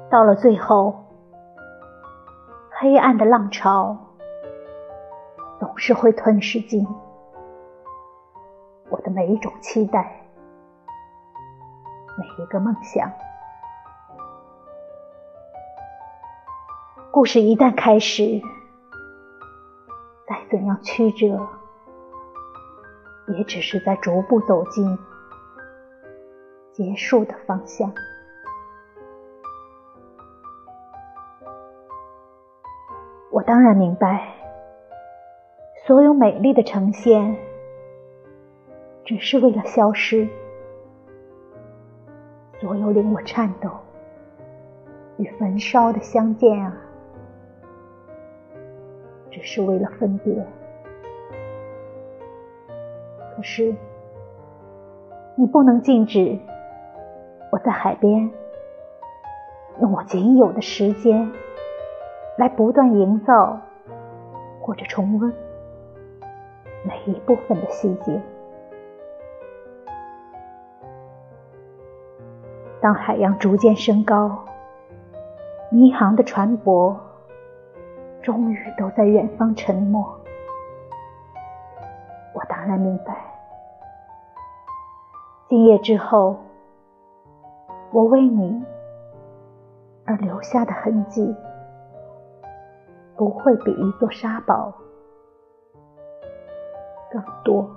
到了最后，黑暗的浪潮总是会吞噬尽我的每一种期待，每一个梦想。故事一旦开始，再怎样曲折，也只是在逐步走进结束的方向。我当然明白，所有美丽的呈现只是为了消失，所有令我颤抖与焚烧的相见啊，只是为了分别。可是你不能禁止我在海边用我仅有的时间来不断营造或者重温每一部分的细节。当海洋逐渐升高，迷航的船舶终于都在远方沉没，我当然明白，今夜之后，我为你而留下的痕迹不会比一座沙堡更多。